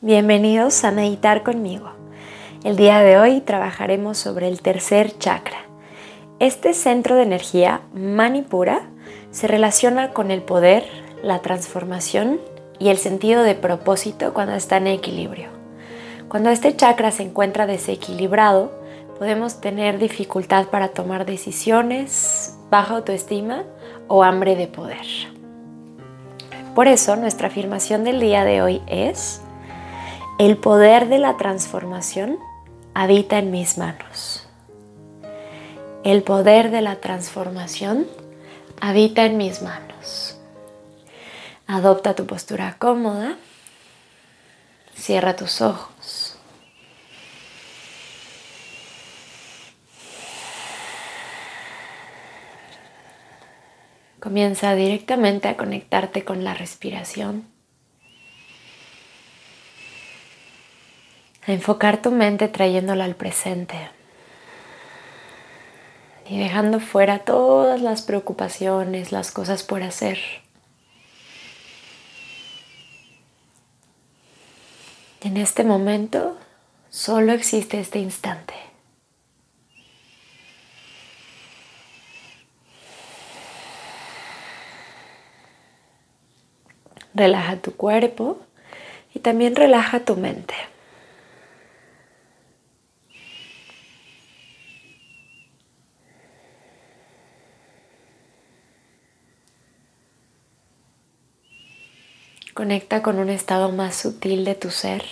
Bienvenidos a meditar conmigo. El día de hoy trabajaremos sobre el tercer chakra. Este centro de energía, Manipura, se relaciona con el poder, la transformación y el sentido de propósito cuando está en equilibrio. Cuando este chakra se encuentra desequilibrado, podemos tener dificultad para tomar decisiones, baja autoestima o hambre de poder. Por eso, nuestra afirmación del día de hoy es: el poder de la transformación habita en mis manos. El poder de la transformación habita en mis manos. Adopta tu postura cómoda. Cierra tus ojos. Comienza directamente a conectarte con la respiración. A enfocar tu mente trayéndola al presente y dejando fuera todas las preocupaciones, las cosas por hacer. En este momento solo existe este instante. Relaja tu cuerpo y también relaja tu mente. Conecta con un estado más sutil de tu ser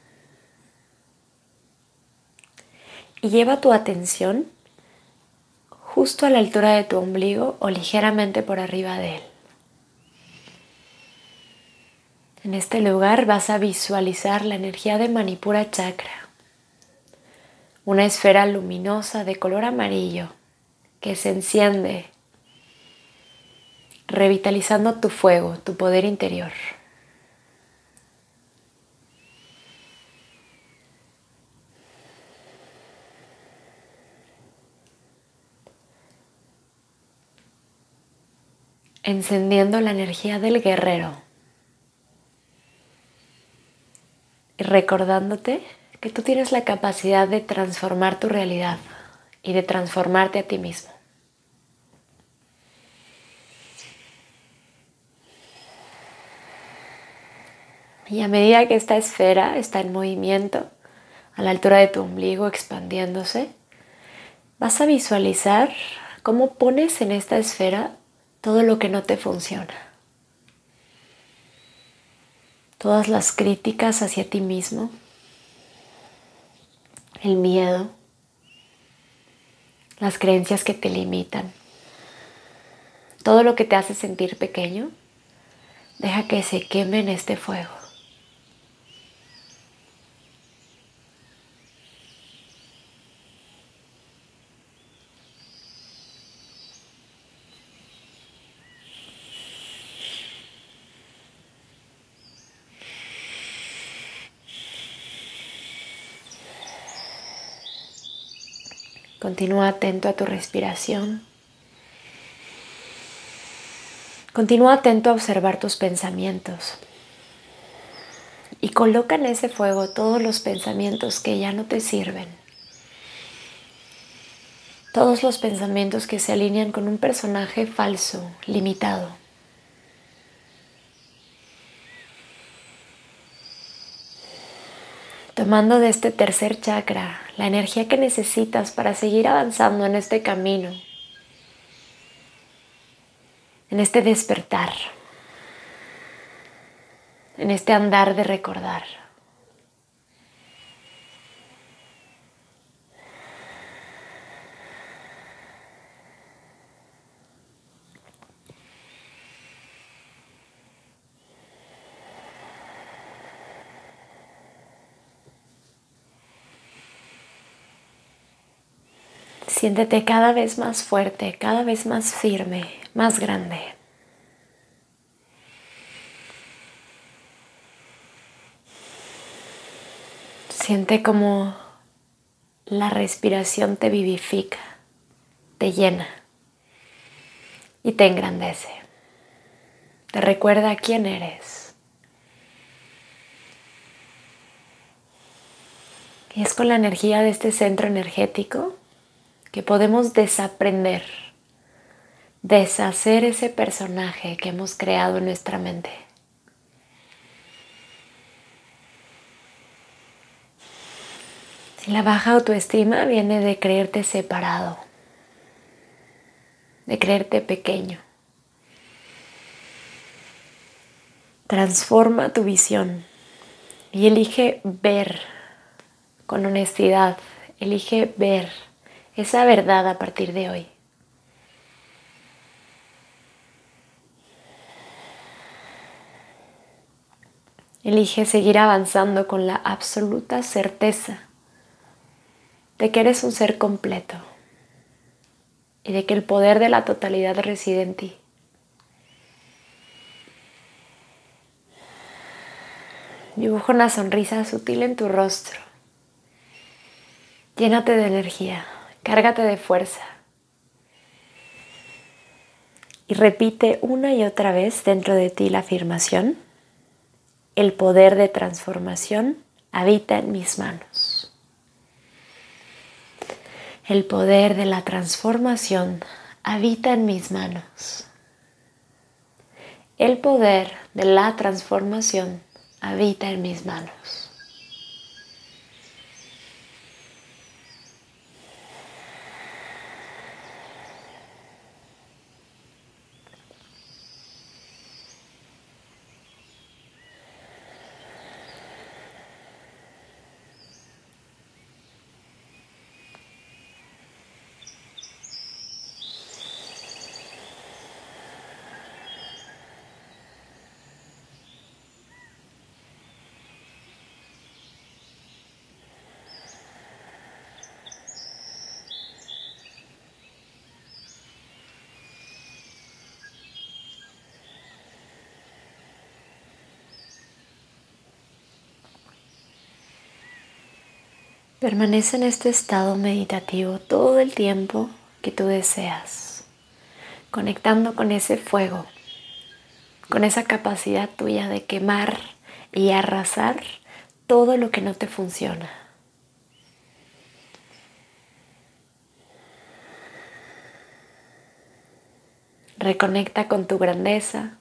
y lleva tu atención justo a la altura de tu ombligo o ligeramente por arriba de él. En este lugar vas a visualizar la energía de Manipura Chakra, una esfera luminosa de color amarillo que se enciende, revitalizando tu fuego, tu poder interior. Encendiendo la energía del guerrero y recordándote que tú tienes la capacidad de transformar tu realidad y de transformarte a ti mismo. Y a medida que esta esfera está en movimiento, a la altura de tu ombligo expandiéndose, vas a visualizar cómo pones en esta esfera todo lo que no te funciona. Todas las críticas hacia ti mismo, el miedo, las creencias que te limitan, todo lo que te hace sentir pequeño, deja que se queme en este fuego. Continúa atento a tu respiración. Continúa atento a observar tus pensamientos. Y coloca en ese fuego todos los pensamientos que ya no te sirven. Todos los pensamientos que se alinean con un personaje falso, limitado. Tomando de este tercer chakra la energía que necesitas para seguir avanzando en este camino, en este despertar, en este andar de recordar. Siéntete cada vez más fuerte, cada vez más firme, más grande. Siente como la respiración te vivifica, te llena y te engrandece. Te recuerda quién eres. Y es con la energía de este centro energético que podemos desaprender, deshacer ese personaje que hemos creado en nuestra mente. Y la baja autoestima viene de creerte separado, de creerte pequeño. Transforma tu visión y elige ver con honestidad, elige ver esa verdad a partir de hoy. Elige seguir avanzando con la absoluta certeza de que eres un ser completo y de que el poder de la totalidad reside en ti. Dibuja una sonrisa sutil en tu rostro. Llénate de energía, cárgate de fuerza. Y repite una y otra vez dentro de ti la afirmación: el poder de transformación habita en mis manos. El poder de la transformación habita en mis manos. El poder de la transformación habita en mis manos. Permanece en este estado meditativo todo el tiempo que tú deseas, conectando con ese fuego, con esa capacidad tuya de quemar y arrasar todo lo que no te funciona. Reconecta con tu grandeza,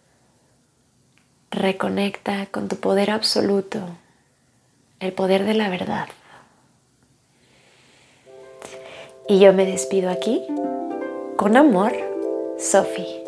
reconecta con tu poder absoluto, el poder de la verdad. Y yo me despido aquí, con amor, Sophie.